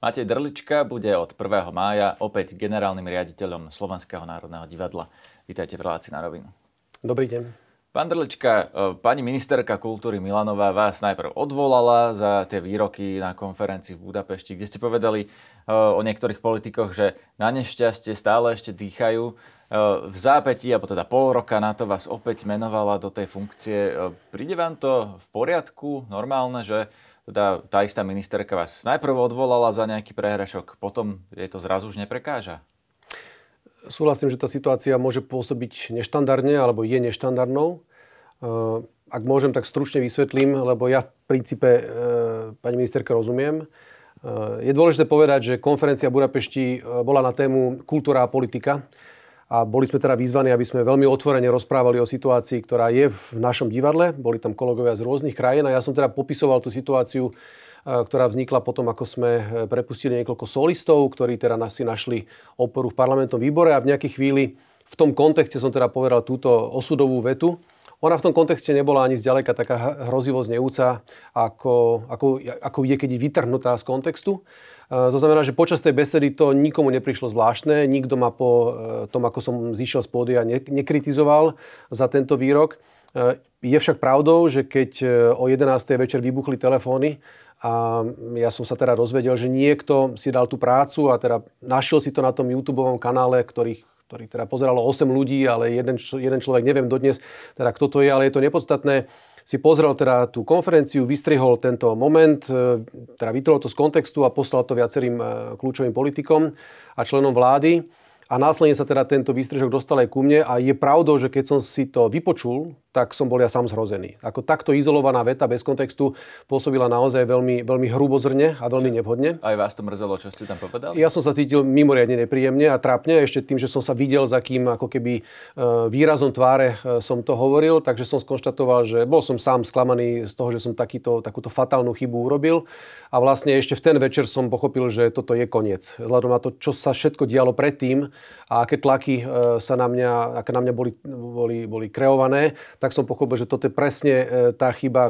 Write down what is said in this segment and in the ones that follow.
Matej Drlička bude od 1. mája opäť generálnym riaditeľom Slovenského národného divadla. Vítajte v relácii Na rovinu. Dobrý deň. Pán Drlička, pani ministerka kultúry Milanová vás najprv odvolala za tie výroky na konferencii v Budapešti, kde ste povedali o niektorých politikoch, že na nešťastie stále ešte dýchajú. V zápätí, alebo teda pol roka na to vás opäť menovala do tej funkcie. Príde vám to v poriadku, normálne, že teda tá istá ministerka vás najprv odvolala za nejaký prehrašok, potom jej to zrazu už neprekáža? Súhlasím, že tá situácia môže pôsobiť neštandardne, alebo je neštandardnou. Ak môžem, tak stručne vysvetlím, lebo ja v princípe pani ministerke rozumiem. Je dôležité povedať, že konferencia v Budapešti bola na tému kultúra a politika. A boli sme teda vyzvaní, aby sme veľmi otvorene rozprávali o situácii, ktorá je v našom divadle. Boli tam kolegovia z rôznych krajín a ja som teda popisoval tú situáciu, ktorá vznikla potom, ako sme prepustili niekoľko solistov, ktorí teda si našli oporu v parlamentnom výbore a v nejakej chvíli v tom kontexte som teda povedal túto osudovú vetu. Ona v tom kontexte nebola ani zďaleka taká hrozivo znejúca, ako je, keď je vytrhnutá z kontextu. To znamená, že počas tej besedy to nikomu neprišlo zvláštne, nikto ma po tom, ako som zišiel z pódia, nekritizoval za tento výrok. Je však pravdou, že keď o 11. večer vybuchli telefóny a ja som sa teda dozvedel, že niekto si dal tú prácu a teda našiel si to na tom YouTubeovom kanále, ktorý teda pozeralo 8 ľudí, ale jeden človek, neviem dodnes, teda kto to je, ale je to nepodstatné, si pozrel teda tú konferenciu, vystrihol tento moment, teda vytrhol to z kontextu a poslal to viacerým kľúčovým politikom a členom vlády. A následne sa teda tento výstrižok dostal aj ku mne a je pravdou, že keď som si to vypočul, tak som bol ja sám zhrozený. Ako takto izolovaná veta bez kontextu pôsobila naozaj veľmi, veľmi hrubozrne a veľmi nevhodne. Aj vás to mrzelo, čo ste tam povedali? Ja som sa cítil mimoriadne nepríjemne a trápne, ešte tým, že som sa videl, za akým ako keby výrazom tváre som to hovoril, takže som skonštatoval, že bol som sám sklamaný z toho, že som takúto fatálnu chybu urobil a vlastne ešte v ten večer som pochopil, že toto je koniec. Vzhľadom na to, čo sa všetko dialo predtým a aké tlaky sa na mňa boli kreované, tak som pochopil, že toto je presne tá chyba,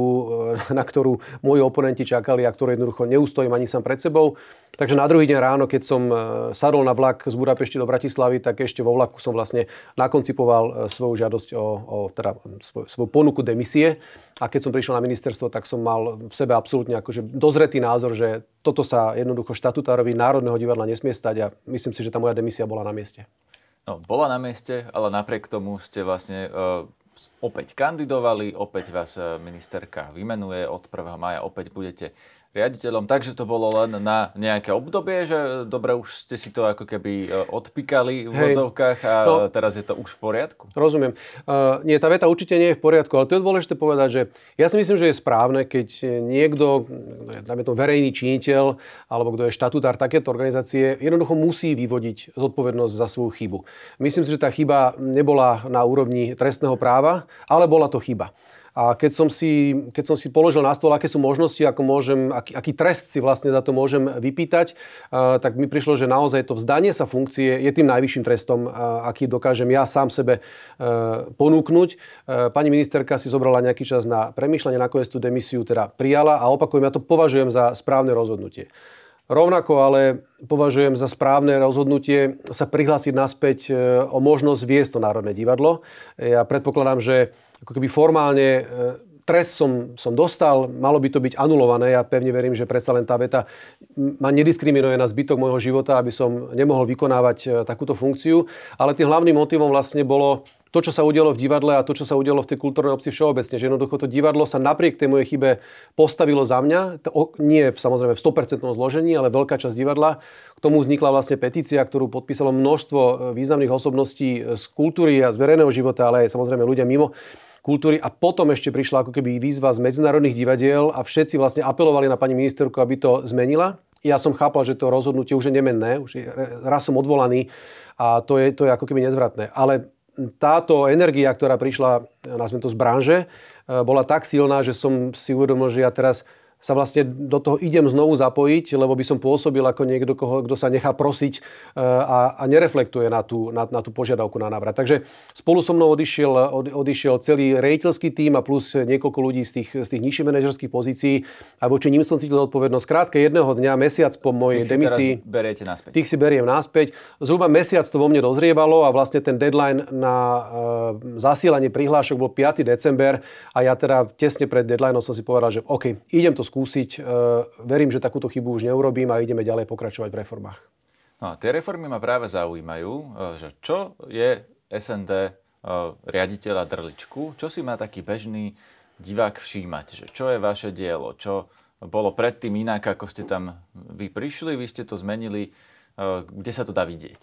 na ktorú moji oponenti čakali a ktorú jednoducho neustojím ani sám pred sebou. Takže na druhý deň ráno, keď som sadol na vlak z Budapešti do Bratislavy, tak ešte vo vlaku som vlastne nakoncipoval svoju žiadosť teda svoju ponuku demisie. A keď som prišiel na ministerstvo, tak som mal v sebe absolútne akože dozretý názor, že toto sa jednoducho štatutárovi Národného divadla nesmie stať a myslím si, že tá moja demisia bola na mieste. No, bola na mieste, ale napriek tomu ste vlastne opäť kandidovali, opäť vás ministerka vymenuje, od 1. mája opäť budete riaditeľom, takže to bolo len na nejaké obdobie, že dobre, už ste si to ako keby odpíkali v odzovkách a teraz je to už v poriadku? Rozumiem. Nie, tá veta určite nie je v poriadku, ale to je dôležité povedať, že ja si myslím, že je správne, keď niekto, dajme to verejný činiteľ, alebo kto je štatutár takéto organizácie, jednoducho musí vyvodiť zodpovednosť za svoju chybu. Myslím si, že tá chyba nebola na úrovni trestného práva, ale bola to chyba. A keď som si položil na stôl, aké sú možnosti, aký trest si vlastne za to môžem vypýtať, tak mi prišlo, že naozaj to vzdanie sa funkcie je tým najvyšším trestom, aký dokážem ja sám sebe ponúknuť. Pani ministerka si zobrala nejaký čas na premýšľanie, nakoniec tú demisiu teda prijala a opakujem, ja to považujem za správne rozhodnutie. Rovnako ale považujem za správne rozhodnutie sa prihlásiť naspäť o možnosť viesť to Národné divadlo. Ja predpokladám, že ako keby formálne trest som dostal, malo by to byť anulované. Ja pevne verím, že predsa len tá veta ma nediskriminuje na zbytok môjho života, aby som nemohol vykonávať takúto funkciu. Ale tým hlavným motivom vlastne bolo to, čo sa udialo v divadle a to, čo sa udialo v tej kultúrnej obci všeobecne. Že jednoducho to divadlo sa napriek tej mojej chybe postavilo za mňa. Nie samozrejme v 100% zložení, ale veľká časť divadla. K tomu vznikla vlastne petícia, ktorú podpísalo množstvo významných osobností z kultúry a z verejného života, ale aj samozrejme ľudia mimo kultúry. A potom ešte prišla ako keby výzva z medzinárodných divadiel a všetci vlastne apelovali na pani ministerku, aby to zmenila. Ja som chápal, že to rozhodnutie už je nemenné, raz som odvolaný a to je ako keby nezvratné. Ale táto energia, ktorá prišla, nazvime to z branže, bola tak silná, že som si uvedomil, že ja teraz sa vlastne do toho idem znovu zapojiť, lebo by som pôsobil ako niekto, kto sa nechá prosiť a nereflektuje na tú požiadavku na návrat. Takže spolu so mnou odišiel celý riaditeľský tím a plus niekoľko ľudí z tých nižších manažerských pozícií a voči ním som cítil odpovednosť. Krátke jedného dňa, mesiac po mojej demisii. Beriete naspäť. Tých si beriem naspäť. Zhruba mesiac to vo mne dozrievalo a vlastne ten deadline na zasielanie prihlášok bol 5. december a ja teda tesne pred deadlineom som si povedal, že OK, idem to skúsiť. Verím, že takúto chybu už neurobím a ideme ďalej pokračovať v reformách. No, tie reformy ma práve zaujímajú, že čo je SND riaditeľa Drličku, čo si má taký bežný divák všímať, že čo je vaše dielo, čo bolo predtým inak, ako ste tam vy prišli, vy ste to zmenili, kde sa to dá vidieť?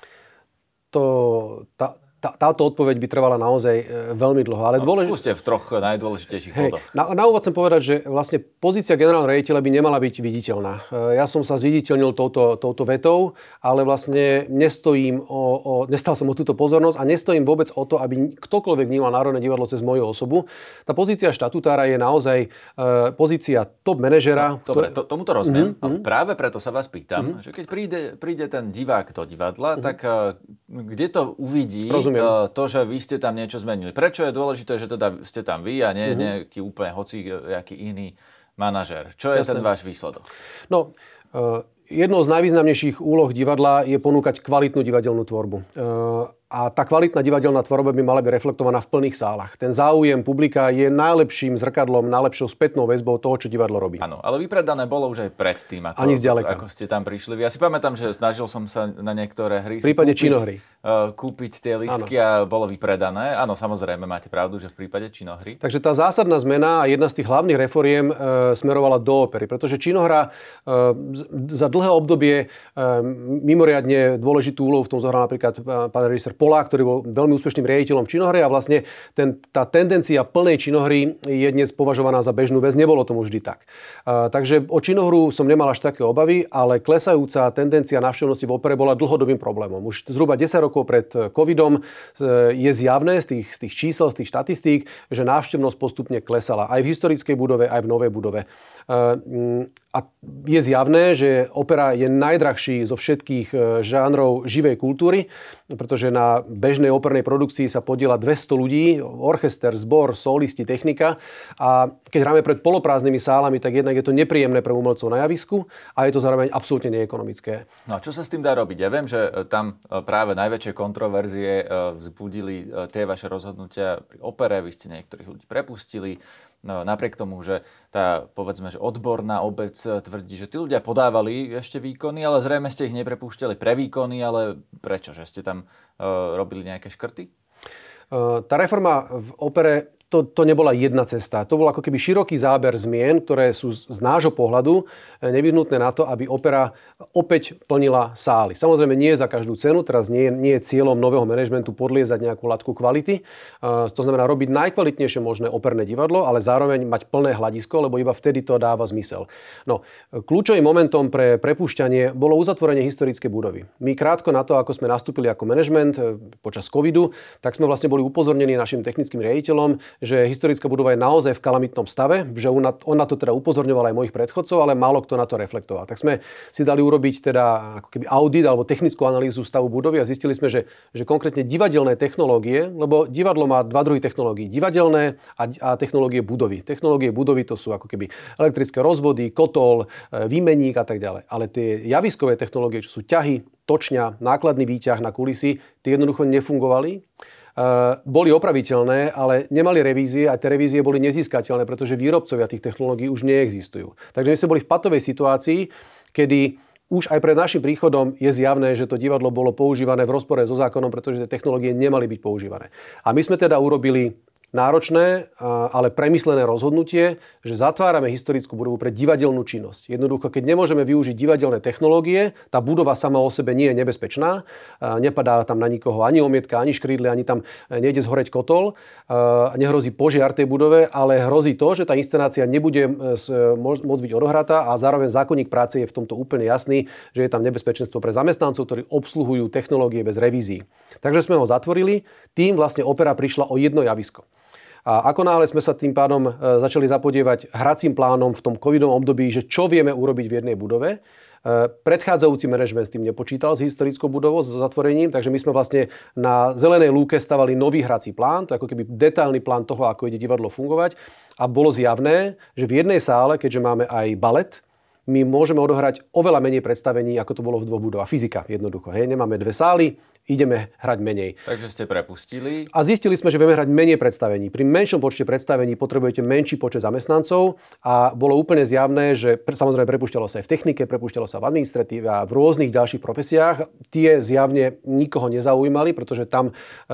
Táto odpoveď by trvala naozaj veľmi dlho. Ale skúste v troch najdôležitejších bodoch. Na úvod chcem povedať, že vlastne pozícia generálneho riaditeľa by nemala byť viditeľná. Ja som sa zviditeľnil touto vetou, ale vlastne nestal som o túto pozornosť a nestojím vôbec o to, aby ktokoľvek vnímal Národné divadlo cez moju osobu. Tá pozícia štatutára je naozaj pozícia top manažera. Dobre, tomuto rozumiem. Práve preto sa vás pýtam, že keď príde ten divák do divadla, tak kde to uvidí? To, že vy ste tam niečo zmenili. Prečo je dôležité, že teda ste tam vy a nie nejaký úplne hociaký iný manažér? Čo je ten váš výsledok? No, jednou z najvýznamnejších úloh divadla je ponúkať kvalitnú divadelnú tvorbu. A tá kvalitná divadelná tvorba by mala byť reflektovaná v plných sálach. Ten záujem publika je najlepším zrkadlom, najlepšou spätnou väzbou toho, čo divadlo robí. Áno, ale vypredané bolo už aj predtým, ako ste tam prišli. Ja si pamätám, že snažil som sa na niektoré hry kúpiť tie lístky a bolo vypredané. Áno, samozrejme, máte pravdu, že v prípade činohry. Takže tá zásadná zmena a jedna z tých hlavných reforiem smerovala do opery, pretože činohra za dlhé obdobie mimoriadne dôležitú úlohu v tom zohral napríklad pán režisér Polák, ktorý bol veľmi úspešným riaditeľom v činohre a vlastne tá tendencia plnej činohry je dnes považovaná za bežnú vec. Nebolo tomu vždy tak. Takže o činohru som nemal až také obavy, ale klesajúca tendencia návštevnosti v opere bola dlhodobým problémom. Už zhruba 10 rokov pred covidom je zjavné z tých čísel, z tých štatistík, že návštevnosť postupne klesala aj v historickej budove, aj v novej budove. A je zjavné, že opera je najdrahší zo všetkých žánrov živej kultúry, pretože na bežnej opernej produkcii sa podieľa 200 ľudí, orchester, zbor, solisti, technika. A keď hráme pred poloprázdnymi sálami, tak jednak je to nepríjemné pre umelcov na javisku a je to zároveň absolútne neekonomické. No a čo sa s tým dá robiť? Ja viem, že tam práve najväčšie kontroverzie vzbudili tie vaše rozhodnutia pri opere. Vy ste niektorých ľudí prepustili. No, napriek tomu, že tá, povedzme, že odborná obec tvrdí, že tí ľudia podávali ešte výkony, ale zrejme ste ich neprepúšťali pre výkony, ale prečo? Že ste tam robili nejaké škrty? Tá reforma v opere, to nebola jedna cesta. To bol ako keby široký záber zmien, ktoré sú z nášho pohľadu nevyhnutné na to, aby opera opäť plnila sály. Samozrejme nie za každú cenu, teraz nie je cieľom nového manažmentu podliezať nejakú latku kvality. To znamená robiť najkvalitnejšie možné operné divadlo, ale zároveň mať plné hľadisko, lebo iba vtedy to dáva zmysel. No, kľúčovým momentom pre prepúšťanie bolo uzatvorenie historickej budovy. My krátko na to, ako sme nastúpili ako manažment počas covidu, tak sme vlastne boli upozornení našim technickým riaditeľom, že historická budova je naozaj v kalamitnom stave, že on na to teda upozorňoval aj mojich predchodcov, ale málo kto na to reflektoval. Tak sme si dali urobiť teda ako keby audit alebo technickú analýzu stavu budovy a zistili sme, že konkrétne divadelné technológie, lebo divadlo má dva druhy technológií, divadelné a technológie budovy. Technológie budovy to sú ako keby elektrické rozvody, kotol, výmenník a tak ďalej. Ale tie javiskové technológie, čo sú ťahy, točňa, nákladný výťah na kulisy, tie jednoducho nefungovali. Boli opraviteľné, ale nemali revízie a tie revízie boli nezískateľné, pretože výrobcovia tých technológií už neexistujú. Takže my sme boli v patovej situácii, kedy už aj pred našim príchodom je zjavné, že to divadlo bolo používané v rozpore so zákonom, pretože tie technológie nemali byť používané. A my sme teda urobili náročné, ale premyslené rozhodnutie, že zatvárame historickú budovu pre divadelnú činnosť. Jednoducho, keď nemôžeme využiť divadelné technológie, tá budova sama o sebe nie je nebezpečná, nepadá tam na nikoho ani omietka, ani škrídle, ani tam nejde zhoreť kotol, nehrozí požiar tej budove, ale hrozí to, že tá inscenácia nebude môcť byť odohratá a zároveň zákonník práce je v tomto úplne jasný, že je tam nebezpečenstvo pre zamestnancov, ktorí obsluhujú technológie bez revízií. Takže sme ho zatvorili, tým vlastne opera prišla o jedno javisko. A ako náhle sme sa tým pádom začali zapodievať hracím plánom v tom covidovom období, že čo vieme urobiť v jednej budove, predchádzajúci manažment s tým nepočítal s historickou budovou, s zatvorením, takže my sme vlastne na zelenej lúke stavali nový hrací plán, to je ako keby detailný plán toho, ako ide divadlo fungovať. A bolo zjavné, že v jednej sále, keďže máme aj balet, my môžeme odohrať oveľa menej predstavení, ako to bolo v dvoch budovách. Fyzika jednoducho. Hej. Nemáme dve sály, ideme hrať menej. Takže ste prepustili. A zistili sme, že vieme hrať menej predstavení. Pri menšom počte predstavení potrebujete menší počet zamestnancov a bolo úplne zjavné, že samozrejme prepúšťalo sa aj v technike, prepúšťalo sa v administratíve a v rôznych ďalších profesiách. Tie zjavne nikoho nezaujímali, pretože tam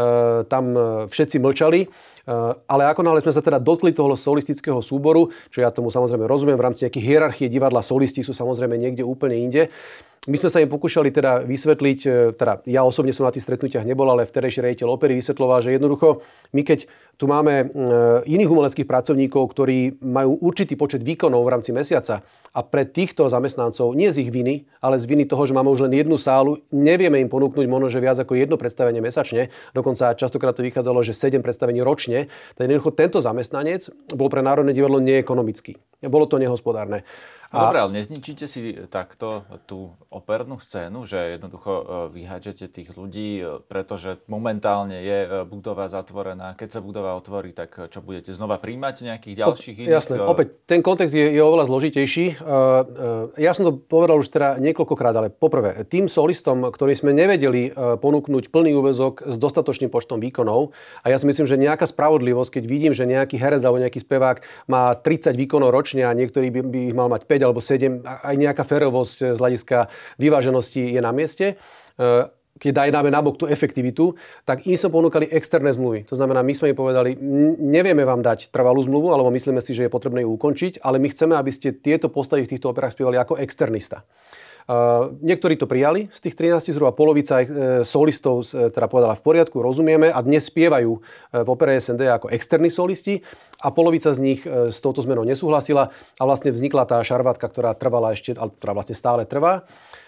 všetci mlčali. Ale ako náhle sme sa teda dotkli toho solistického súboru, čo ja tomu samozrejme rozumiem, v rámci nejakých hierarchie divadla solisti sú samozrejme niekde úplne inde. My sme sa im pokúšali teda vysvetliť, teda ja osobne som na tých stretnutiach nebol, ale vtedajší riaditeľ opery vysvetľoval, že jednoducho my keď tu máme iných umeleckých pracovníkov, ktorí majú určitý počet výkonov v rámci mesiaca a pre týchto zamestnancov nie z ich viny, ale z viny toho, že máme už len jednu sálu, nevieme im ponúknuť možno, že viac ako jedno predstavenie mesačne, dokonca častokrát to vychádzalo, že 7 predstavení ročne, tak jednoducho tento zamestnanec bol pre Národné divadlo neekonomický. Bolo to nehospodárne. Dobre, ale nezničíte si takto tú opernú scénu, že jednoducho vyhádžete tých ľudí, pretože momentálne je budova zatvorená. Keď sa budova otvorí, tak čo budete znova príjmať nejakých ďalších iných? Jasné, opäť ten kontext je oveľa zložitejší. Ja som to povedal už teda niekoľkokrát, ale poprvé, tým solistom, ktorí sme nevedeli ponúknuť plný úväzok s dostatočným počtom výkonov, a ja si myslím, že nejaká spravodlivosť, keď vidím, že nejaký herec alebo nejaký spevák má 30 výkonov ročne a niektorý by ich mal mať 5 alebo 7, aj nejaká férovosť z hľadiska vyváženosti je na mieste. Keď dáme nabok tú efektivitu, tak im som ponúkali externé zmluvy. To znamená, my sme im povedali, nevieme vám dať trvalú zmluvu, alebo myslíme si, že je potrebné ju ukončiť, ale my chceme, aby ste tieto postavy v týchto operách spievali ako externista. Niektorí to prijali, z tých 13 zhruba polovica solistov teda povedala v poriadku, rozumieme a dnes spievajú v opere SND ako externí solisti a polovica z nich s touto zmenou nesúhlasila a vlastne vznikla tá šarvátka, ktorá trvala ešte, ale ktorá vlastne stále trvá.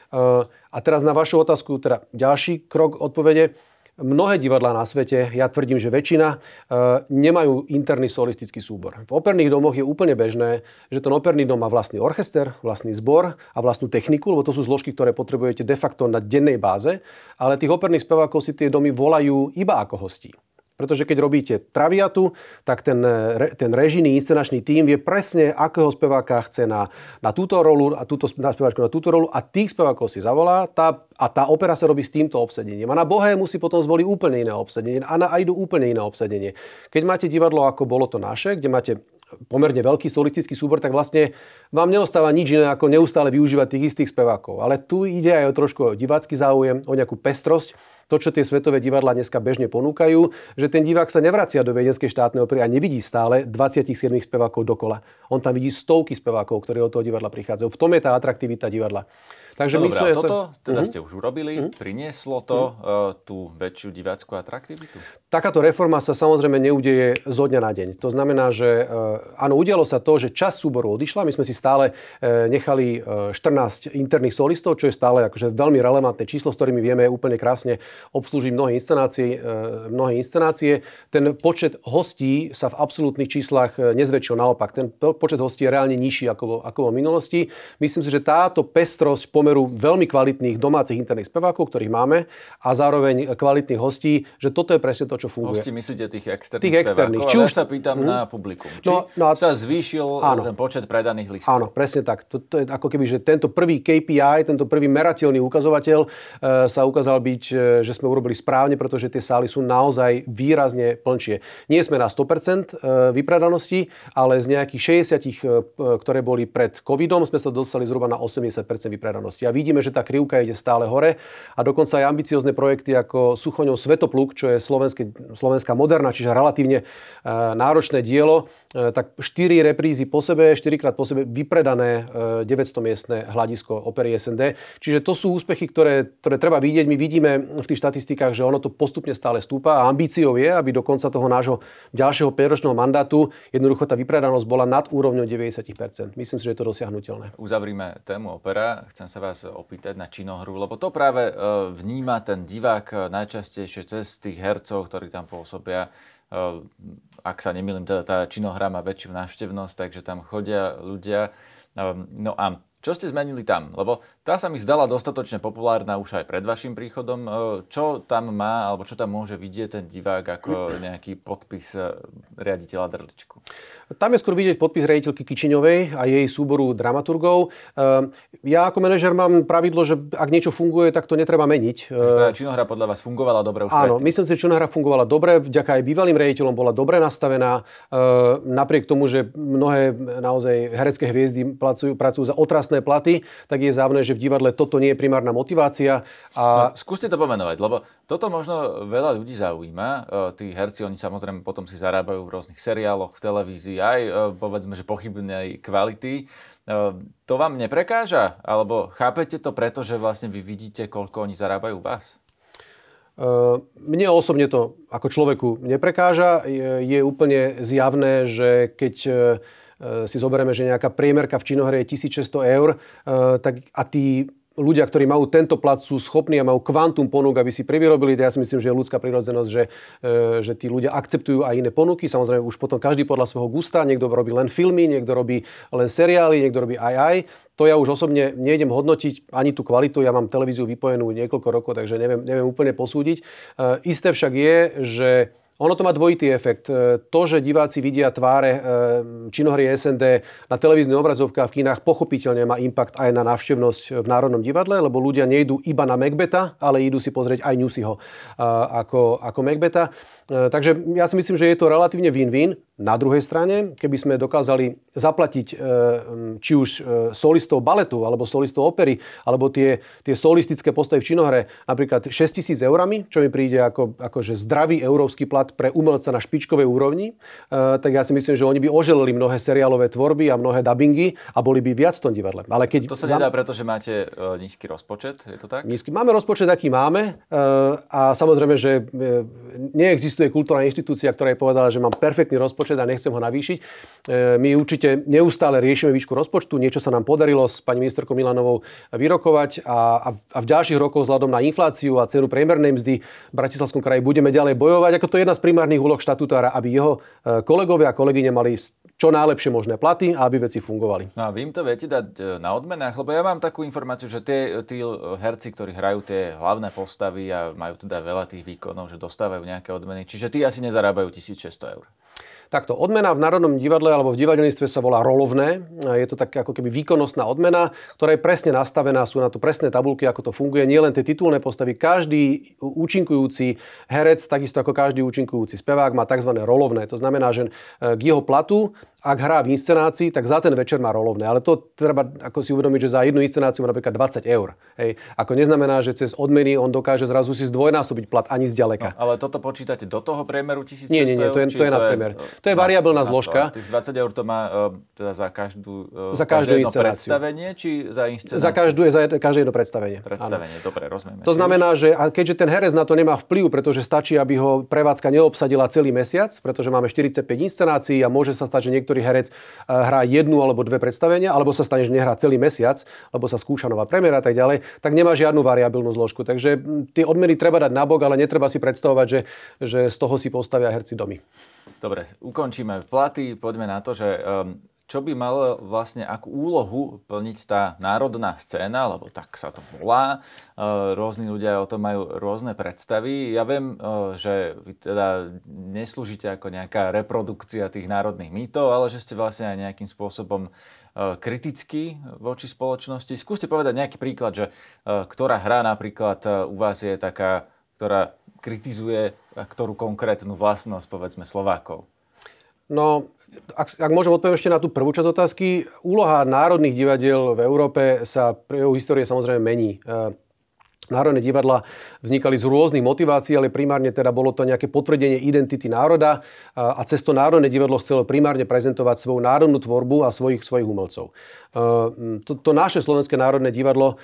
A teraz na vašu otázku, teda ďalší krok odpovede. Mnohé divadlá na svete, ja tvrdím, že väčšina, nemajú interný solistický súbor. V operných domoch je úplne bežné, že ten operný dom má vlastný orchester, vlastný zbor a vlastnú techniku, lebo to sú zložky, ktoré potrebujete de facto na dennej báze, ale tých operných spevákov si tie domy volajú iba ako hostí. Pretože keď robíte Traviatu, tak ten režijný inscenačný tím vie presne, akého speváka chce na túto rolu a na speváčku na túto rolu a tých spevákov si zavolá a tá opera sa robí s týmto obsadením. A na Bohému si potom zvolí úplne iné obsadenie a na Aidu úplne iné obsadenie. Keď máte divadlo, ako bolo to naše, kde máte pomerne veľký solistický súbor, tak vlastne vám neostáva nič iné, ako neustále využívať tých istých spevákov. Ale tu ide aj o trošku divácky záujem, o nejakú pestrosť. To, čo tie svetové divadlá dneska bežne ponúkajú, že ten divák sa nevracia do Viedenskej štátnej opery a nevidí stále 27 spevákov dokola. On tam vidí stovky spevákov, ktorí do toho divadla prichádzajú. V tom je tá atraktivita divadla. Takže no dobré, toto teda ste už urobili. Prinieslo to tú väčšiu divácku atraktivitu? Takáto reforma sa samozrejme neudeje zo dňa na deň. To znamená, že áno, udialo sa to, že časť súboru odišla. My sme si stále nechali 14 interných solistov, čo je stále akože veľmi relevantné číslo, s ktorými vieme úplne krásne obslúžiť mnohé inscenácie. Ten počet hostí sa v absolútnych číslach nezväčšil. Naopak, ten počet hostí je reálne nižší ako vo minulosti. Myslím si, že táto pestrosť pomeru veľmi kvalitných domácich interných spevákov, ktorých máme, a zároveň kvalitných hostí, že toto je presne to, čo funguje. Hosti myslíte tých externých spevákov? Ale ja sa pýtam na publikum. Či sa zvýšil ten počet predaných lístkov? Áno, presne tak. To je ako keby, že tento prvý KPI, tento prvý merateľný ukazovateľ sa ukázal byť, že sme urobili správne, pretože tie sály sú naozaj výrazne plnšie. Nie sme na 100% vypredanosti, ale z nejakých 60, ktoré boli pred covidom, sme sa dostali zhruba na 80% vypredanosti. A vidíme, že tá krivka ide stále hore a dokonca aj ambiciozne projekty ako Suchoňov Svetopluk, čo je slovenská moderná, čiže relatívne náročné dielo, tak 4 reprízy po sebe, 4-krát po sebe vypredané 900-miestne hľadisko opery SND. Čiže to sú úspechy, ktoré treba vidieť. My vidíme v tých štatistikách, že ono to postupne stále stúpa a ambíciou je, aby do konca toho nášho ďalšieho 5-ročného mandátu jednoducho tá vypredanosť bola nad úrovňou 90%. Myslím si, že je to dosiahnuteľné. Uzavrime tému opera. Chcem sa vás opýtať na činohru, lebo to práve vníma ten divák najčastejšie cez tých hercov, ktorí tam pôsobia. ak sa nemýlim, teda tá činohra má väčšiu návštevnosť, takže tam chodia ľudia. No a čo ste zmenili tam? Lebo tá sa mi zdala dostatočne populárna už aj pred vašim príchodom. Čo tam má, alebo čo tam môže vidieť ten divák ako nejaký podpis riaditeľa Drličku? Tam je skôr vidieť podpis riaditeľky Kičiňovej a jej súboru dramaturgov. Ja ako manažer mám pravidlo, že ak niečo funguje, tak to netreba meniť. Tá činohra podľa vás fungovala dobre už Áno, predtým? myslím si, že činohra fungovala dobre, vďaka aj bývalým riaditeľom bola dobre nastavená. Napriek tomu, že mnohé naozaj herecké hviezdy pracujú za otrasné platy, tak je zjavné, že v divadle toto nie je primárna motivácia. No, skúste to pomenovať, lebo toto možno veľa ľudí zaujíma. Tí herci, oni samozrejme potom si zarábajú v rôznych seriáloch, v televízii, aj povedzme, že pochybnej kvality. To vám neprekáža? Alebo chápete to preto, že vlastne vy vidíte, koľko oni zarábajú vás? Mne osobne to ako človeku neprekáža. Je úplne zjavné, že keď si zoberieme, že nejaká priemerka v činohre je 1600 eur, tak a tí ľudia, ktorí majú tento plat, sú schopní a majú kvantum ponúk, aby si privyrobili. Ja si myslím, že je ľudská prirodzenosť, že tí ľudia akceptujú aj iné ponuky. Samozrejme, už potom každý podľa svojho gusta. Niekto robí len filmy, niekto robí len seriály, niekto robí aj. To ja už osobne nejdem hodnotiť ani tú kvalitu. Ja mám televíziu vypojenú niekoľko rokov, takže neviem úplne posúdiť. Isté však je, že ono to má dvojitý efekt. To, že diváci vidia tváre činohry SND na televíznych obrazovkách v kinách, pochopiteľne má impact aj na návštevnosť v Národnom divadle, lebo ľudia nejdú iba na Macbeta, ale idú si pozrieť aj Nusiho ako Macbeta. Takže ja si myslím, že je to relatívne win-win. Na druhej strane, keby sme dokázali zaplatiť či už solistov baletu, alebo solistov opery, alebo tie solistické postavy v činohre napríklad 6 000 eurami, čo mi príde akože zdravý európsky plat pre umelca na špičkovej úrovni, tak ja si myslím, že oni by oželeli mnohé seriálové tvorby a mnohé dabingy a boli by viac v tom divadle. Ale keď to sa nedá, pretože máte nízky rozpočet, je to tak? Nízky. Máme rozpočet, aký máme, a samozrejme, že neexistuje kultúrna inštitúcia, ktorá je povedala, že mám perfektný rozpočet a nechcem ho navýšiť. My určite neustále riešime výšku rozpočtu, niečo sa nám podarilo s pani ministerkou Milanovou vyrokovať a v ďalších rokoch vzhľadom na infláciu a cenu priemernej mzdy v Bratislavskom kraji budeme ďalej bojovať. Ako to je jedna z primárnych úloh štatutára, aby jeho kolegovia a kolegyne mali čo najlepšie možné platy a aby veci fungovali. No a vy im to viete dať na odmenách? Lebo ja mám takú informáciu, že tí herci, ktorí hrajú tie hlavné postavy a majú teda veľa tých výkonov, že dostávajú nejaké odmeny, čiže tí asi nezarábajú 1600 eur. Takto, odmena v Národnom divadle alebo v divadelníctve sa volá rolovné. Je to tak ako keby výkonnostná odmena, ktorá je presne nastavená, sú na to presné tabuľky, ako to funguje. Nie len tie titulné postavy, každý účinkujúci herec, takisto ako každý účinkujúci spevák má tzv. Rolovné. To znamená, že k jeho platu, ak hrá v inscenácii, tak za ten večer má rolovné. Ale to treba ako si uvedomiť, že za jednu inscenáciu má napríklad 20 eur. Hej. Ako neznamená, že cez odmeny on dokáže zrazu si zdvojnásobiť plat ani zďaleka. No, ale toto počítate do toho priemeru 1600 nie, eur? To je nadpriemer. To je variabilná zložka. Tých 20 eur to má teda za každú jedno predstavenie, či za inscenáciu? Za každé jedno predstavenie. Predstavenie, dobre, rozumieme. To znamená, že keďže ten herec na to nemá vplyv, pretože stačí, aby ho prevádzka neobsadila celý mesiac, pretože máme 45 inscenácií a môže sa stať, že niektorý herec hrá jednu alebo dve predstavenia, alebo sa stane, že nehrá celý mesiac, lebo sa skúša nová premiéra a tak ďalej, tak nemá žiadnu variabilnú zložku. Takže tie odmeny treba dať nabok, ale netreba si predstavovať, že z toho si postavia herci domy. Dobre, ukončíme platy, poďme na to, že čo by mal vlastne akú úlohu plniť tá národná scéna, lebo tak sa to volá. Rôzni ľudia o tom majú rôzne predstavy. Ja viem, že vy teda neslúžite ako nejaká reprodukcia tých národných mýtov, ale že ste vlastne aj nejakým spôsobom kritický voči spoločnosti. Skúste povedať nejaký príklad, že ktorá hra napríklad u vás je taká, ktorá kritizuje ktorú konkrétnu vlastnosť, povedzme, Slovákov. No, ak môžem odpovedať ešte na tú prvú časť otázky, úloha národných divadiel v Európe sa pre jeho histórie samozrejme mení. Národné divadlá vznikali z rôznych motivácií, ale primárne teda bolo to nejaké potvrdenie identity národa a cez to Národné divadlo chcelo primárne prezentovať svoju národnú tvorbu a svojich umelcov. To naše Slovenské národné divadlo,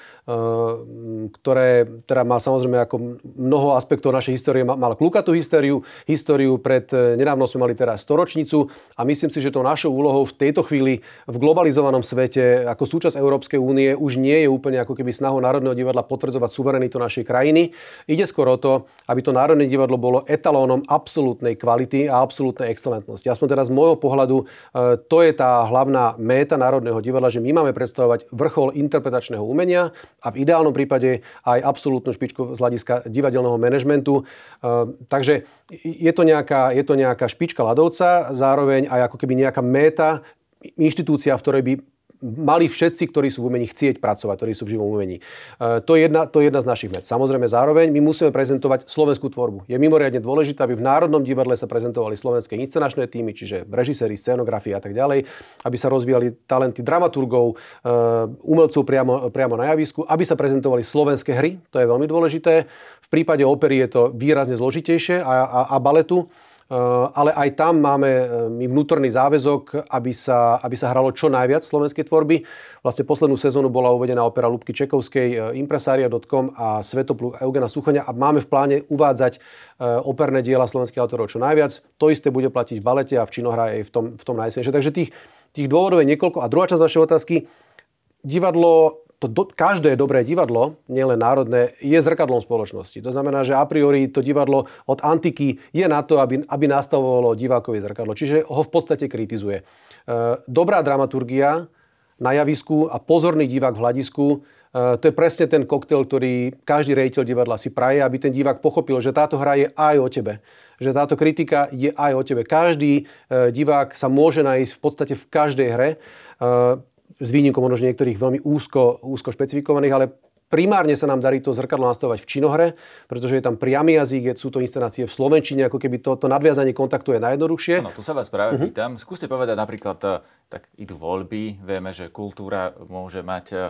ktoré teda má samozrejme ako mnoho aspektov našej histórie, mal klukatú históriu, nedávno sme mali teraz storočnicu a myslím si, že to našou úlohou v tejto chvíli v globalizovanom svete ako súčasť Európskej únie už nie je úplne ako keby snahou Národného divadla potvrdzovať suverenitu suverenitu našej krajiny. Ide skôr o to, aby to Národné divadlo bolo etalónom absolútnej kvality a absolútnej excelentnosti. Aspoň teraz z môjho pohľadu to je tá hlavná méta Národného divadla, že my máme predstavovať vrchol interpretačného umenia a v ideálnom prípade aj absolútnu špičku z hľadiska divadelného manažmentu. Takže je to nejaká špička ľadovca, zároveň aj ako keby nejaká méta, inštitúcia, v ktorej by mali všetci, ktorí sú v umení chcieť pracovať, ktorí sú v živom umení. To je jedna z našich mét. Samozrejme zároveň my musíme prezentovať slovenskú tvorbu. Je mimoriadne dôležité, aby v Národnom divadle sa prezentovali slovenské inscenačné týmy, čiže režiséri, scenografia a tak ďalej, aby sa rozvíjali talenty dramaturgov, umelcov priamo na javisku, aby sa prezentovali slovenské hry, to je veľmi dôležité. V prípade opery je to výrazne zložitejšie a baletu. Ale aj tam máme my vnútorný záväzok, aby sa hralo čo najviac slovenskej tvorby. Vlastne poslednú sezónu bola uvedená opera Ľubky Čekovskej Impresaria.com a Svetopluk Eugena Suchoňa a máme v pláne uvádzať operné diela slovenských autorov čo najviac. To isté bude platiť v balete a v činohre aj v tom najsilnejšie. Takže tých dôvodov je niekoľko. A druhá časť vašej otázky, divadlo, každé dobré divadlo, nielen národné, je zrkadlom spoločnosti. To znamená, že a priori to divadlo od antiky je na to, aby nastavovalo divákovi zrkadlo. Čiže ho v podstate kritizuje. Dobrá dramaturgia na javisku a pozorný divák v hľadisku, to je presne ten koktail, ktorý každý riaditeľ divadla si praje, aby ten divák pochopil, že táto hra je aj o tebe. Že táto kritika je aj o tebe. Každý divák sa môže nájsť v podstate v každej hre. S výnimkou možno niektorých veľmi úzko špecifikovaných, ale primárne sa nám darí to zrkadlo nastavovať v činohre, pretože je tam priamy jazyk, sú to inscenácie v slovenčine, ako keby to nadviazanie kontaktu je najjednoduchšie. Áno, tu sa vás práve pýtam. Skúste povedať napríklad, tak idú voľby, vieme, že kultúra môže mať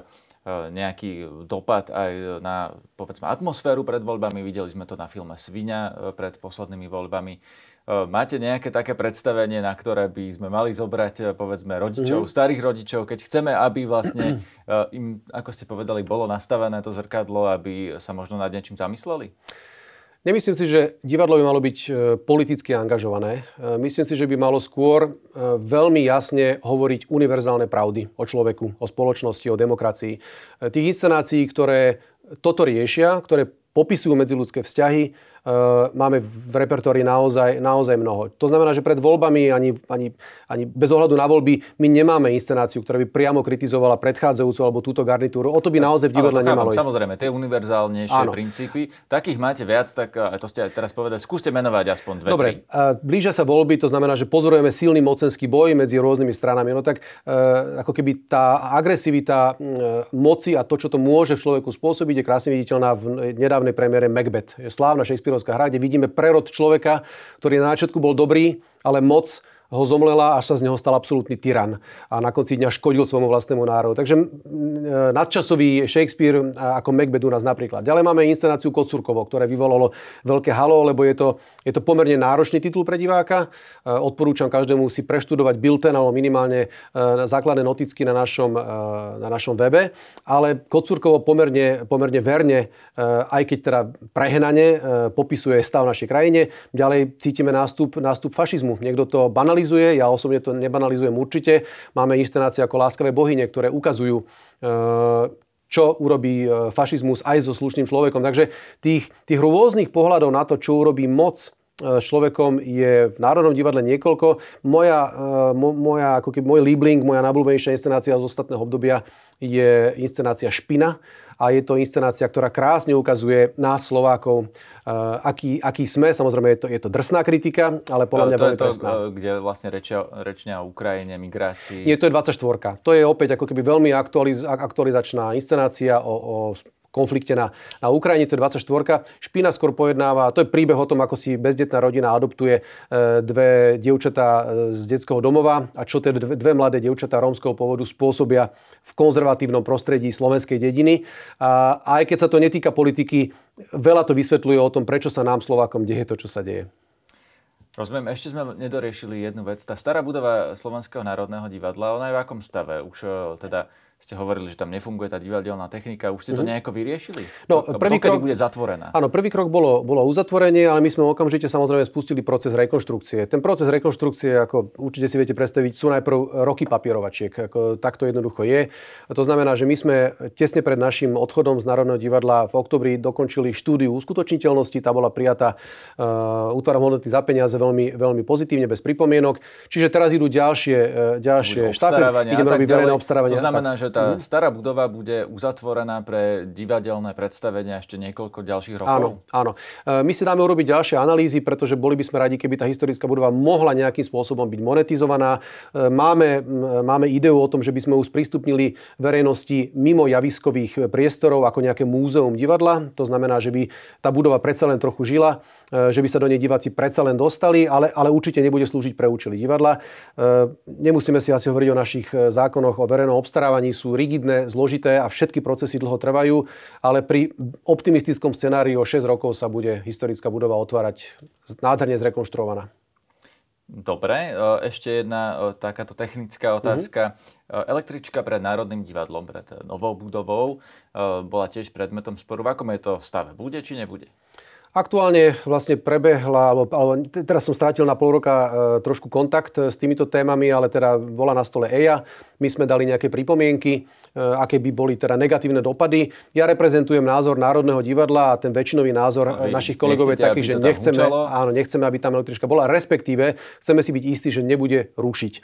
nejaký dopad aj na, povedzme, atmosféru pred voľbami. Videli sme to na filme Sviňa pred poslednými voľbami. Máte nejaké také predstavenie, na ktoré by sme mali zobrať, povedzme, rodičov, starých rodičov, keď chceme, aby vlastne im, ako ste povedali, bolo nastavené to zrkadlo, aby sa možno nad niečím zamysleli? Nemyslím si, že divadlo by malo byť politicky angažované. Myslím si, že by malo skôr veľmi jasne hovoriť univerzálne pravdy o človeku, o spoločnosti, o demokracii. Tých inscenácií, ktoré toto riešia, ktoré popisujú medziľudské vzťahy, máme v repertoári naozaj mnoho. To znamená, že pred voľbami ani bez ohľadu na voľby my nemáme inscenáciu, ktorá by priamo kritizovala predchádzajúcu alebo túto garnitúru. O to by naozaj v divadle nemalo ísť. Samozrejme, tie univerzálnejšie princípy. Takých máte viac, tak to ste aj teraz povedali. Skúste menovať aspoň dve. Dobre, blížia sa voľby, to znamená, že pozorujeme silný mocenský boj medzi rôznymi stranami. No tak ako keby tá agresivita moci a to, čo to môže v človeku spôsobiť, je krásne viditeľná v nedávnej premiére Macbeth. Je slávna Shakespearovská hra, kde vidíme prerod človeka, ktorý na začiatku bol dobrý, ale moc ho zomlela, až sa z neho stal absolútny tyran a na konci dňa škodil svojmu vlastnému národu. Takže nadčasový Shakespeare ako Macbeth u nás napríklad. Ďalej máme inscenáciu Kocúrkovo, ktoré vyvolalo veľké halo, lebo je to pomerne náročný titul pre diváka. Odporúčam každému si preštudovať bilten alebo minimálne základné noticky na našom webe, ale Kocúrkovo pomerne verne, aj keď teda prehnane popisuje stav v našej krajine. Ďalej cítime nástup fašizmu. Niekto to banalizuje, ja osobne to nebanalizujem určite. Máme inscenácie ako Láskavé bohyne, ktoré ukazujú, čo urobí fašizmus aj so slušným človekom. Takže tých rôznych pohľadov na to, čo urobí moc s človekom, je v Národnom divadle niekoľko. Môj líbling, moja najobľúbenejšia inscenácia z ostatného obdobia je inscenácia Špina. A je to inscenácia, ktorá krásne ukazuje nás, Slovákov, aký sme. Samozrejme, je to drsná kritika, ale podľa mňa veľmi drsná. To je to, kde vlastne rečnia o Ukrajine, migrácii. Nie, to je 24. To je opäť ako keby veľmi aktualizačná inscenácia o konflikte na Ukrajine, to je 24. Špina skôr pojednáva, to je príbeh o tom, ako si bezdetná rodina adoptuje dve dievčatá z detského domova a čo tie dve mladé dievčatá rómskeho pôvodu spôsobia v konzervatívnom prostredí slovenskej dediny. A aj keď sa to netýka politiky, veľa to vysvetľuje o tom, prečo sa nám Slovákom deje to, čo sa deje. Rozumiem, ešte sme nedoriešili jednu vec. Tá stará budova Slovenského národného divadla, ona je v akom stave? Už teda ste hovorili, že tam nefunguje tá divadelná technika. Už ste to nejako vyriešili? No, Dokedy bude zatvorená? Áno, prvý krok bolo uzatvorenie, ale my sme okamžite samozrejme spustili proces rekonštrukcie. Ten proces rekonštrukcie, ako určite si viete predstaviť, sú najprv roky papierovačiek. Tak to jednoducho je. To znamená, že my sme tesne pred našim odchodom z Národného divadla v októbri dokončili štúdiu uskutočniteľnosti. Tá bola prijatá útvarom hodnoty za peniaze veľmi, veľmi pozitívne, bez pripomienok. Čiže teraz idú ďalšie štafety. Ideme robiť verejné obstarávania. To znamená, že tá stará budova bude uzatvorená pre divadelné predstavenia ešte niekoľko ďalších rokov? Áno. My si dáme urobiť ďalšie analýzy, pretože boli by sme radi, keby tá historická budova mohla nejakým spôsobom byť monetizovaná. Máme ideu o tom, že by sme ju sprístupnili verejnosti mimo javiskových priestorov ako nejaké múzeum divadla. To znamená, že by tá budova predsa len trochu žila, že by sa do nej diváci predsa len dostali, ale určite nebude slúžiť pre účely divadla. Nemusíme si asi hovoriť o našich zákonoch o verejnom obstarávaní, sú rigidné, zložité a všetky procesy dlho trvajú, ale pri optimistickom scenáriu o 6 rokov sa bude historická budova otvárať nádherne zrekonštruovaná. Dobre, ešte jedna takáto technická otázka. Električka pred Národným divadlom, pred novou budovou, bola tiež predmetom sporu. V akom je to stave? Bude či nebude? Aktuálne vlastne prebehla, alebo teraz som strátil na pol roka trošku kontakt s týmito témami, ale teda bola na stole EIA. My sme dali nejaké pripomienky, aké by boli teda negatívne dopady. Ja reprezentujem názor Národného divadla a ten väčšinový názor našich kolegov je taký, že nechceme, aby tam električka bola, respektíve chceme si byť istí, že nebude rušiť.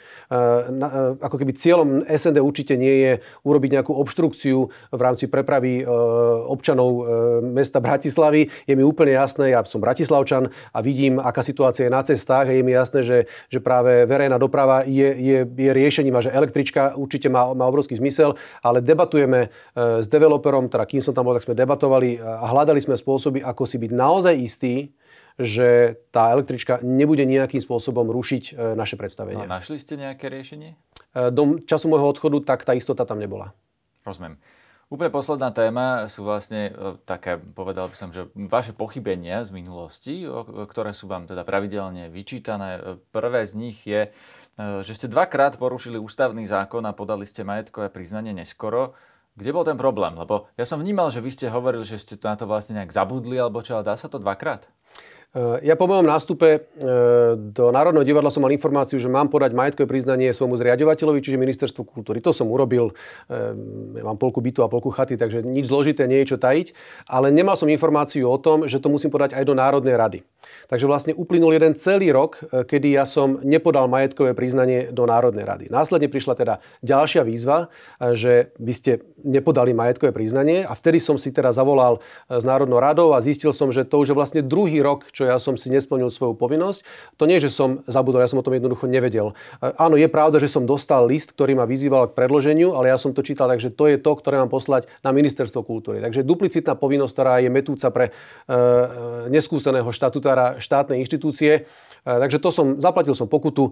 Ako keby cieľom SND určite nie je urobiť nejakú obštrukciu v rámci prepravy občanov mesta Bratislavy. Je mi úplne jasné, ja som Bratislavčan a vidím, aká situácia je na cestách a je mi jasné, že práve verejná doprava je riešením a že električka určite má obrovský zmysel, ale debatujeme s developerom, teda kým som tam bol, tak sme debatovali a hľadali sme spôsoby, ako si byť naozaj istý, že tá električka nebude nejakým spôsobom rušiť naše predstavenia. No, našli ste nejaké riešenie? Do času môjho odchodu, tak tá istota tam nebola. Rozumiem. Úplne posledná téma sú vlastne také, povedal by som, že vaše pochybenia z minulosti, ktoré sú vám teda pravidelne vyčítané. Prvé z nich je, že ste dvakrát porušili ústavný zákon a podali ste majetkové priznanie neskoro. Kde bol ten problém? Lebo ja som vnímal, že vy ste hovorili, že ste na to vlastne nejak zabudli, alebo čo, ale dá sa to dvakrát? Ja po mojom nástupe do Národného divadla som mal informáciu, že mám podať majetkové priznanie svojmu zriaďovateľovi, čiže Ministerstvu kultúry. To som urobil. Ja mám polku bytu a polku chaty, takže nič zložité, nie je čo tajiť. Ale nemal som informáciu o tom, že to musím podať aj do Národnej rady. Takže vlastne uplynul jeden celý rok, kedy ja som nepodal majetkové priznanie do Národnej rady. Následne prišla teda ďalšia výzva, že by ste nepodali majetkové priznanie a vtedy som si teda zavolal s Národnou radou a zistil som, že to už je vlastne druhý rok, čo ja som si nesplnil svoju povinnosť. To nie, že som zabudol, ja som o tom jednoducho nevedel. Áno, je pravda, že som dostal list, ktorý ma vyzýval k predloženiu, ale ja som to čítal, takže to je to, ktoré mám poslať na Ministerstvo kultúry. Takže duplicitná povinnosť, ktorá je metúca pre neskúseného štatutára štátnej inštitúcie. Takže zaplatil som pokutu,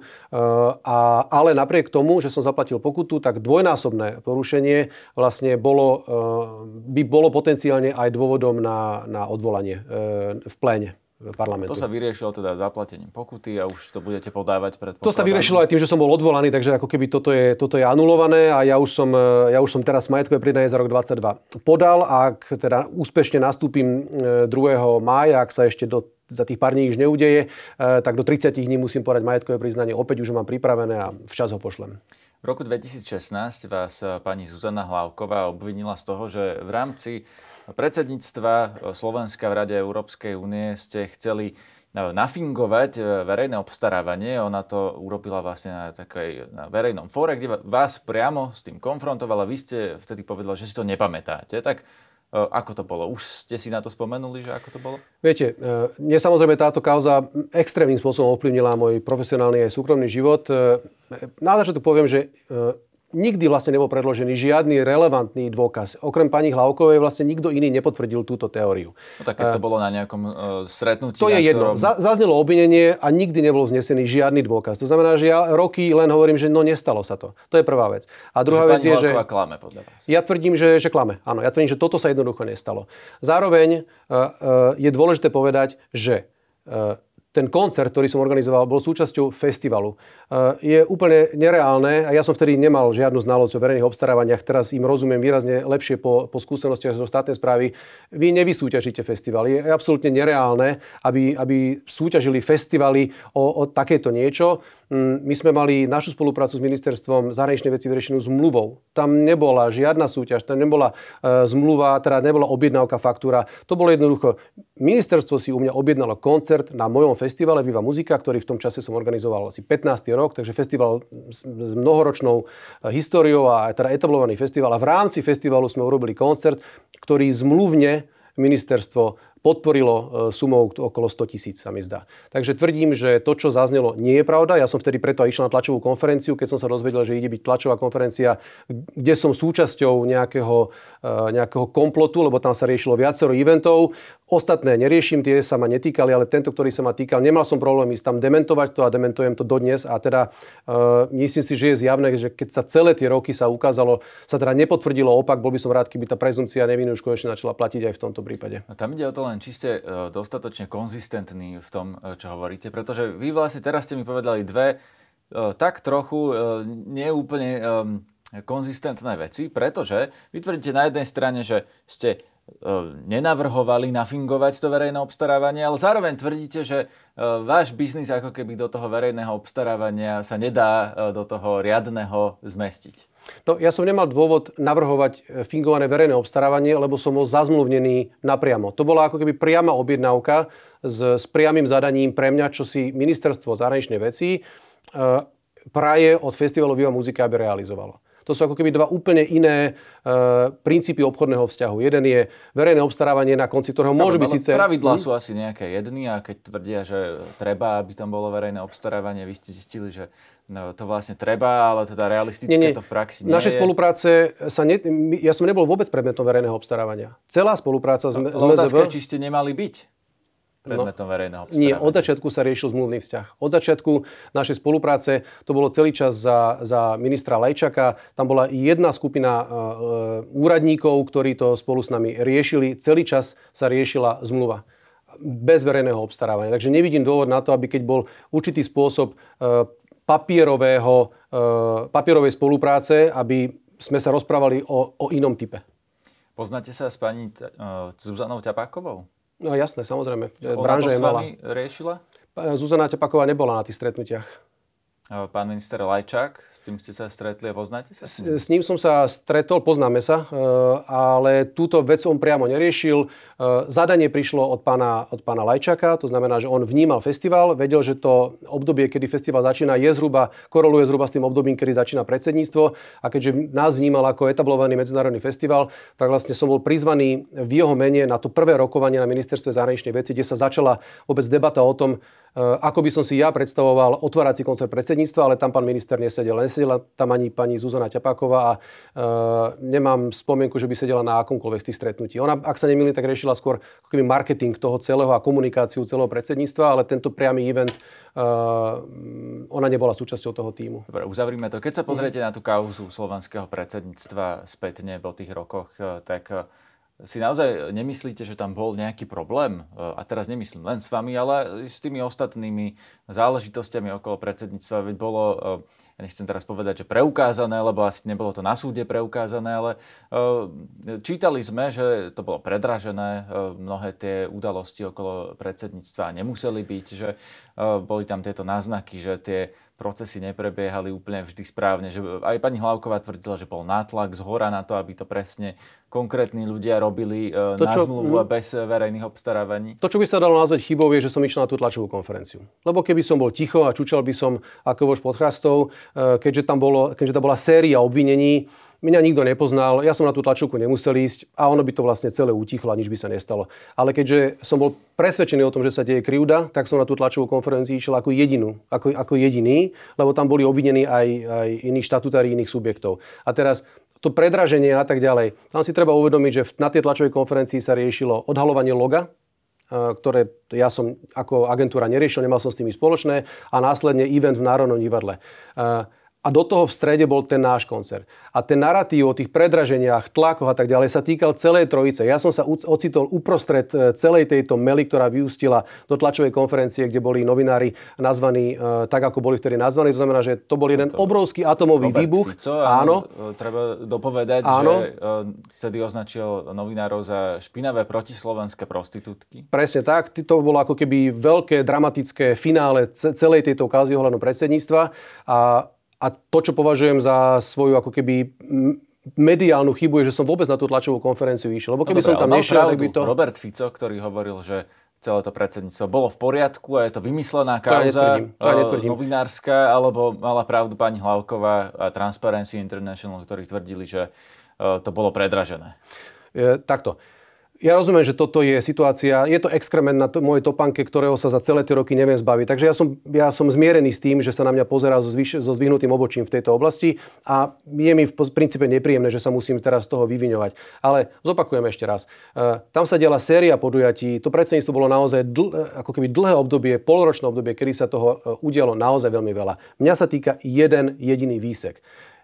ale napriek tomu, že som zaplatil pokutu, tak dvojnásobné porušenie vlastne by bolo potenciálne aj dôvodom na odvolanie v pléne parlamentu. To sa vyriešilo teda zaplatením pokuty a už to budete podávať pred To sa vyriešilo aj tým, že som bol odvolaný, takže ako keby toto je anulované a ja už som teraz majetkové priznanie za rok 2022 podal a ak teda úspešne nastúpim 2. mája, ak sa ešte za tých pár dní už neudeje, tak do 30 dní musím podať majetkové priznanie. Opäť už ho mám pripravené a včas ho pošlem. V roku 2016 vás pani Zuzana Hlávková obvinila z toho, že v rámci predsedníctva Slovenska v Rade Európskej únie ste chceli nafingovať verejné obstarávanie. Ona to urobila vlastne na verejnom fóre, kde vás priamo s tým konfrontovala. Vy ste vtedy povedali, že si to nepamätáte. Tak ako to bolo? Už ste si na to spomenuli, že ako to bolo? Viete, mne samozrejme táto kauza extrémnym spôsobom ovplyvnila môj profesionálny aj súkromný život. Na začiatku poviem, že nikdy vlastne nebol predložený žiadny relevantný dôkaz. Okrem pani Hlávkovej vlastne nikto iný nepotvrdil túto teóriu. No tak keď to bolo na nejakom stretnutí... To je jedno. Zaznelo obvinenie a nikdy nebol vznesený žiadny dôkaz. To znamená, že ja roky len hovorím, že nestalo sa to. To je prvá vec. A druhá vec je, že... Pani Hlávková klame podľa vás. Ja tvrdím, že klame. Áno, ja tvrdím, že toto sa jednoducho nestalo. Zároveň je dôležité povedať, že ten koncert, ktorý som organizoval, bol súčasťou festivalu. Je úplne nereálne, a ja som vtedy nemal žiadnu znalosť o verejných obstarávaniach, teraz im rozumiem výrazne lepšie po skúsenostiach zo štátnej správy. Vy nevysúťažíte festival. Je absolútne nereálne, aby súťažili festivaly o takéto niečo. My sme mali našu spoluprácu s ministerstvom zahraničných vecí vyriešenú zmluvou. Tam nebola žiadna súťaž, tam nebola zmluva, teda nebola objednávka, faktúra. To bolo jednoducho. Ministerstvo si u mňa objednalo koncert na mojom festivale Viva Muzika, ktorý v tom čase som organizoval asi 15. rok, takže festival s mnohoročnou históriou a teda etablovaný festival. A v rámci festivalu sme urobili koncert, ktorý zmluvne ministerstvo podporilo sumou okolo 100 000, sa mi zdá. Takže tvrdím, že to, čo zaznelo, nie je pravda. Ja som vtedy preto aj išiel na tlačovú konferenciu, keď som sa dozvedel, že ide byť tlačová konferencia, kde som súčasťou nejakého komplotu, lebo tam sa riešilo viacero eventov. Ostatné neriešim, tie sa ma netýkali, ale tento, ktorý sa ma týkal, nemal som problém ísť tam dementovať to a dementujem to dodnes. A teda myslím si, že je zjavné, že keď sa celé tie roky sa ukázalo, sa teda nepotvrdilo opak, bol by som rád, keby tá prezumcia neviny už konečne začala platiť aj v tomto prípade. A tam ide o to len, či ste dostatočne konzistentní v tom, čo hovoríte, pretože vy vlastne teraz ste mi povedali dve tak trochu neúplne konzistentné veci, pretože vy tvrdíte na jednej strane, že ste nenavrhovali nafingovať to verejné obstarávanie, ale zároveň tvrdíte, že váš biznis ako keby do toho verejného obstarávania sa nedá do toho riadneho zmestiť. No, ja som nemal dôvod navrhovať fingované verejné obstarávanie, lebo som bol zazmluvnený napriamo. To bola ako keby priama objednávka s priamym zadaním pre mňa, čo si ministerstvo zahraničných vecí praje od festivalu Viva Muzika, aby realizovalo. To sú ako keby dva úplne iné princípy obchodného vzťahu. Jeden je verejné obstarávanie, na konci ktorého môže byť síce... Pravidlá sú asi nejaké jedny a keď tvrdia, že treba, aby tam bolo verejné obstarávanie, vy ste zistili, že to vlastne treba, ale teda realistické to v praxi nie je. Naše spolupráce ja som nebol vôbec predmetom verejného obstarávania. Celá spolupráca s otázka, či ste nemali byť predmetom verejného obstarávania. Nie, od začiatku sa riešil zmluvný vzťah. Od začiatku našej spolupráce to bolo celý čas za ministra Lajčaka. Tam bola jedna skupina úradníkov, ktorí to spolu s nami riešili. Celý čas sa riešila zmluva bez verejného obstarávania. Takže nevidím dôvod na to, aby keď bol určitý spôsob papierovej spolupráce, aby sme sa rozprávali o inom type. Poznáte sa s pani Zuzanou Ťapákovou? No jasné, samozrejme. Ona to s vami riešila? Zuzana Ťapáková nebola na tých stretnutiach. Pán minister Lajčák, s tým ste sa stretli a poznáte sa? S ním som sa stretol, poznáme sa, ale túto vec on priamo neriešil. Zadanie prišlo od pána Lajčáka, to znamená, že on vnímal festival, vedel, že to obdobie, kedy festival začína, koreluje zhruba s tým obdobím, kedy začína predsedníctvo. A keďže nás vnímal ako etablovaný medzinárodný festival, tak vlastne som bol prizvaný v jeho mene na to prvé rokovanie na ministerstve zahraničných vecí, kde sa začala vôbec debata o tom, ako by som si ja predstavoval otvárací koncert predsedníctva, ale tam pán minister nesedel. Nesedela tam ani pani Zuzana Ťapáková a nemám spomienku, že by sedela na akomkoľvek z tých stretnutí. Ona, ak sa nemýlim, tak riešila skôr ako keby marketing toho celého a komunikáciu celého predsedníctva, ale tento priamy event ona nebola súčasťou toho tímu. Dobre, uzavrime to. Keď sa pozriete na tú kauzu slovenského predsedníctva spätne po tých rokoch, tak si naozaj nemyslíte, že tam bol nejaký problém? A teraz nemyslím len s vami, ale s tými ostatnými záležitostiami okolo predsedníctva. Veď bolo, ja nechcem teraz povedať, že preukázané, lebo asi nebolo to na súde preukázané, ale čítali sme, že to bolo predražené, mnohé tie udalosti okolo predsedníctva nemuseli byť, že boli tam tieto náznaky, že tie procesy neprebiehali úplne vždy správne. Že aj pani Hlávková tvrdila, že bol nátlak zhora na to, aby to presne konkrétni ľudia robili na zmluvu a bez verejných obstarávaní. To, čo by sa dalo nazvať chybou, je, že som išiel na tú tlačovú konferenciu. Lebo keby som bol ticho a čučal by som ako vož pod chrastou, keďže tam bola séria obvinení, mňa nikto nepoznal, ja som na tú tlačovku nemusel ísť a ono by to vlastne celé utichlo a nič by sa nestalo. Ale keďže som bol presvedčený o tom, že sa deje krivda, tak som na tú tlačovú konferenciu išiel ako jediný, lebo tam boli obvinení aj iní štatutári iných subjektov. A teraz to predraženie a tak ďalej. Tam si treba uvedomiť, že na tej tlačovej konferencii sa riešilo odhaľovanie loga, ktoré ja som ako agentúra neriešil, nemal som s tými spoločné, a následne event v Národnom divadle. A do toho v strede bol ten náš koncert. A ten narratív o tých predraženiach, tlakoch a tak ďalej sa týkal celej trojice. Ja som sa ocitol uprostred celej tejto mely, ktorá vyústila do tlačovej konferencie, kde boli novinári nazvaní tak, ako boli vtedy nazvaní. To znamená, že to bol jeden obrovský atomový výbuch. Fico, áno. Treba dopovedať, áno. Že vtedy označil novinárov za špinavé protislovenské prostitútky. Presne tak. To bolo ako keby veľké dramatické finále celej tejto kauzy ohľadom predsedníctva. A to, čo považujem za svoju ako keby mediálnu chybu, je, že som vôbec na tú tlačovú konferenciu išiel. Lebo keby som tam nešiel, tak by to... Robert Fico, ktorý hovoril, že celé to predsedníctvo bolo v poriadku a je to vymyslená kauza novinárska, alebo mala pravdu pani Hlavková a Transparency International, ktorí tvrdili, že to bolo predražené. Takto. Ja rozumiem, že toto je situácia, je to exkrement na mojej topánke, ktorého sa za celé tie roky neviem zbaviť. Takže ja som zmierený s tým, že sa na mňa pozerá so zdvihnutým obočím v tejto oblasti a je mi v princípe nepríjemné, že sa musím teraz z toho vyviňovať. Ale zopakujem ešte raz. Tam sa diala séria podujatí, to predsedníctvo bolo naozaj ako keby dlhé obdobie, polročné obdobie, kedy sa toho udialo naozaj veľmi veľa. Mňa sa týka jeden jediný výsek.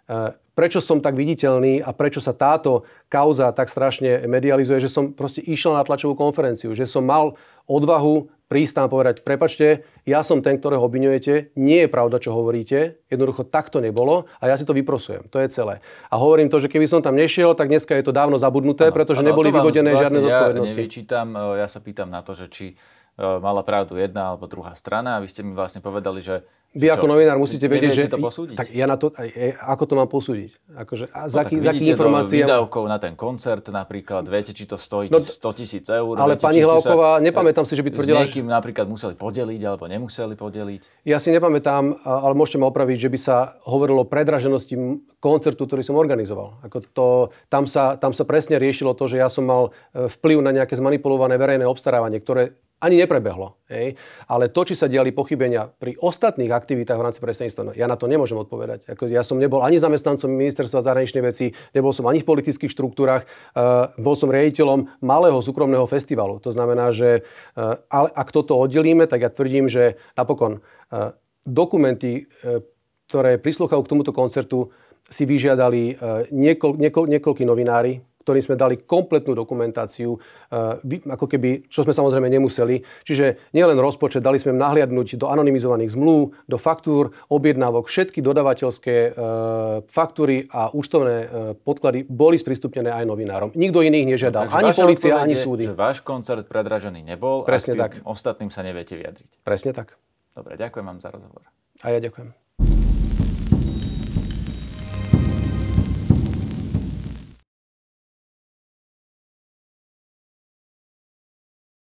Prečo som tak viditeľný a prečo sa táto kauza tak strašne medializuje, že som proste išiel na tlačovú konferenciu, že som mal odvahu prísť tam povedať, prepáčte, ja som ten, ktorého obviňujete, nie je pravda, čo hovoríte, jednoducho tak to nebolo a ja si to vyprosujem, to je celé. A hovorím to, že keby som tam nešiel, tak dneska je to dávno zabudnuté, pretože neboli vyvodené žiadne zodpovednosti. Ja nevyčítam, ja sa pýtam na to, že či mala pravdu jedna alebo druhá strana a vy ste mi vlastne povedali, že vy ako novinár musíte vedieť, že... to posúdiť? Tak ja na to... Ako to mám posúdiť? Akože, za aký informácií... výdavkov na ten koncert napríklad, viete, či to stojí 100 000 eur. Ale viete, pani Hlavková, nepamätám si, že by tvrdila... S niekým napríklad museli podeliť alebo nemuseli podeliť. Ja si nepamätám, ale môžete ma opraviť, že by sa hovorilo o predraženosti koncertu, ktorý som organizoval. Tam sa presne riešilo to, že ja som mal vplyv na nejaké zmanipulované verejné obstarávanie, ktoré ani neprebehlo. Hej. Ale to, či sa diali pochybenia pri ostatných aktivitách v rámci predsedníctva, ja na to nemôžem odpovedať. Ja som nebol ani zamestnancom ministerstva zahraničných vecí, nebol som ani v politických štruktúrach, bol som riaditeľom malého súkromného festivalu. To znamená, že ale ak toto oddelíme, tak ja tvrdím, že napokon dokumenty, ktoré prislúchajú k tomuto koncertu, si vyžiadali niekoľkí novinári, ktorým sme dali kompletnú dokumentáciu, ako keby, čo sme samozrejme nemuseli. Čiže nielen rozpočet, dali sme nahliadnúť do anonymizovaných zmluv, do faktúr, objednávok, všetky dodavateľské faktúry a účtovné podklady boli sprístupnené aj novinárom. Nikto iných nežiadal, ani polícia, ani súdy. Že váš koncert predražený nebol. Presne a tak. Ostatným sa neviete vyjadriť. Presne tak. Dobre, ďakujem vám za rozhovor. A ja ďakujem.